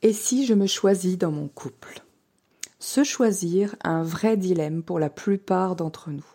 Et si je me choisis dans mon couple? Se choisir a un vrai dilemme pour la plupart d'entre nous.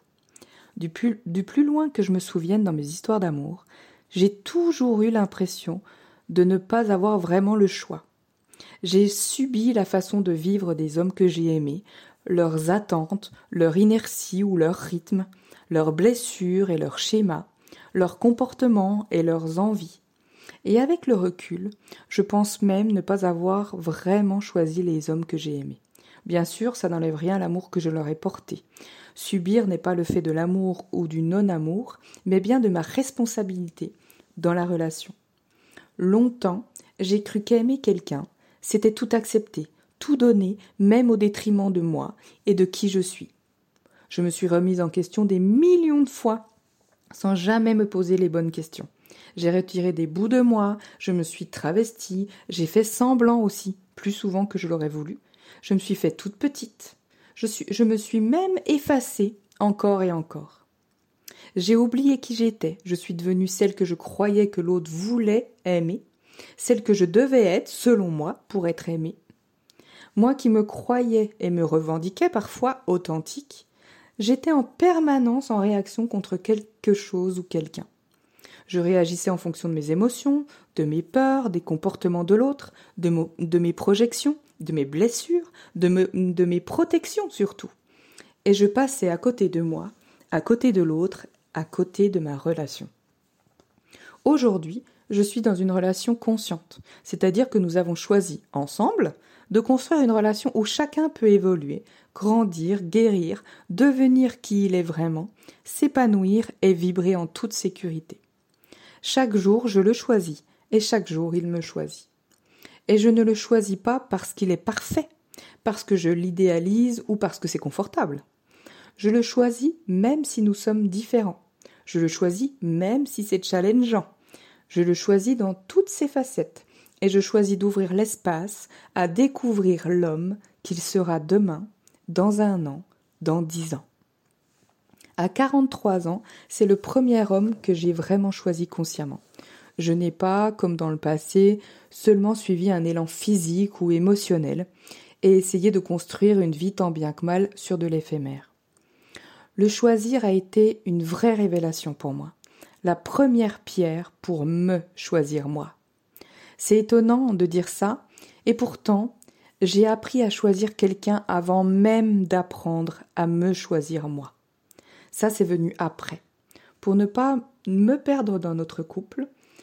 Du plus loin que je me souvienne dans mes histoires d'amour, j'ai toujours eu l'impression de ne pas avoir vraiment le choix. J'ai subi la façon de vivre des hommes que j'ai aimés, leurs attentes, leur inertie ou leur rythme, leurs blessures et leurs schémas, leurs comportements et leurs envies. Et avec le recul, je pense même ne pas avoir vraiment choisi les hommes que j'ai aimés. Bien sûr, ça n'enlève rien à l'amour que je leur ai porté. Subir n'est pas le fait de l'amour ou du non-amour, mais bien de ma responsabilité dans la relation. Longtemps, j'ai cru qu'aimer quelqu'un, c'était tout accepter, tout donner, même au détriment de moi et de qui je suis. Je me suis remise en question des millions de fois, sans jamais me poser les bonnes questions. J'ai retiré des bouts de moi, je me suis travestie, j'ai fait semblant aussi, plus souvent que je l'aurais voulu. Je me suis fait toute petite. Je me suis même effacée encore et encore. J'ai oublié qui j'étais. Je suis devenue celle que je croyais que l'autre voulait aimer, celle que je devais être, selon moi, pour être aimée. Moi qui me croyais et me revendiquais parfois authentique, j'étais en permanence en réaction contre quelque chose ou quelqu'un. Je réagissais en fonction de mes émotions, de mes peurs, des comportements de l'autre, de mes projections, de mes blessures, de mes protections surtout. Et je passais à côté de moi, à côté de l'autre, à côté de ma relation. Aujourd'hui, je suis dans une relation consciente, c'est-à-dire que nous avons choisi, ensemble, de construire une relation où chacun peut évoluer, grandir, guérir, devenir qui il est vraiment, s'épanouir et vibrer en toute sécurité. Chaque jour, je le choisis, et chaque jour, il me choisit. Et je ne le choisis pas parce qu'il est parfait, parce que je l'idéalise ou parce que c'est confortable. Je le choisis même si nous sommes différents. Je le choisis même si c'est challengeant. Je le choisis dans toutes ses facettes, et je choisis d'ouvrir l'espace à découvrir l'homme qu'il sera demain, dans 1 an, dans 10 ans. À 43 ans, c'est le premier homme que j'ai vraiment choisi consciemment. Je n'ai pas, comme dans le passé, seulement suivi un élan physique ou émotionnel et essayé de construire une vie tant bien que mal sur de l'éphémère. Le choisir a été une vraie révélation pour moi, la première pierre pour me choisir moi. C'est étonnant de dire ça, et pourtant, j'ai appris à choisir quelqu'un avant même d'apprendre à me choisir moi. Ça, c'est venu après. Pour ne pas me perdre dans notre couple,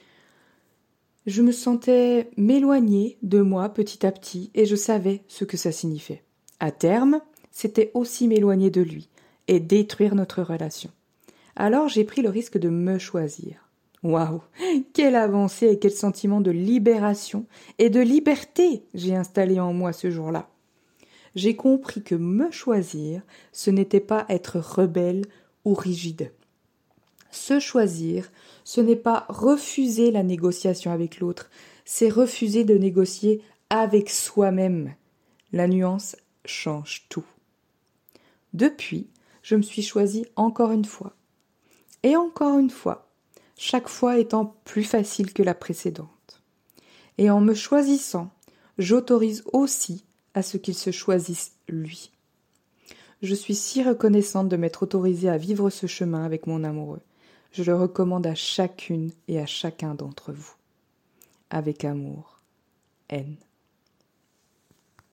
je me sentais m'éloigner de moi petit à petit et je savais ce que ça signifiait. À terme, c'était aussi m'éloigner de lui et détruire notre relation. Alors j'ai pris le risque de me choisir. Waouh, quelle avancée et quel sentiment de libération et de liberté j'ai installé en moi ce jour-là. J'ai compris que me choisir, ce n'était pas être rebelle ou rigide. Se choisir, ce n'est pas refuser la négociation avec l'autre, c'est refuser de négocier avec soi-même. La nuance change tout. Depuis, je me suis choisie encore une fois. Et encore une fois, chaque fois étant plus facile que la précédente. Et en me choisissant, j'autorise aussi à ce qu'il se choisisse lui. Je suis si reconnaissante de m'être autorisée à vivre ce chemin avec mon amoureux. Je le recommande à chacune et à chacun d'entre vous. Avec amour, N.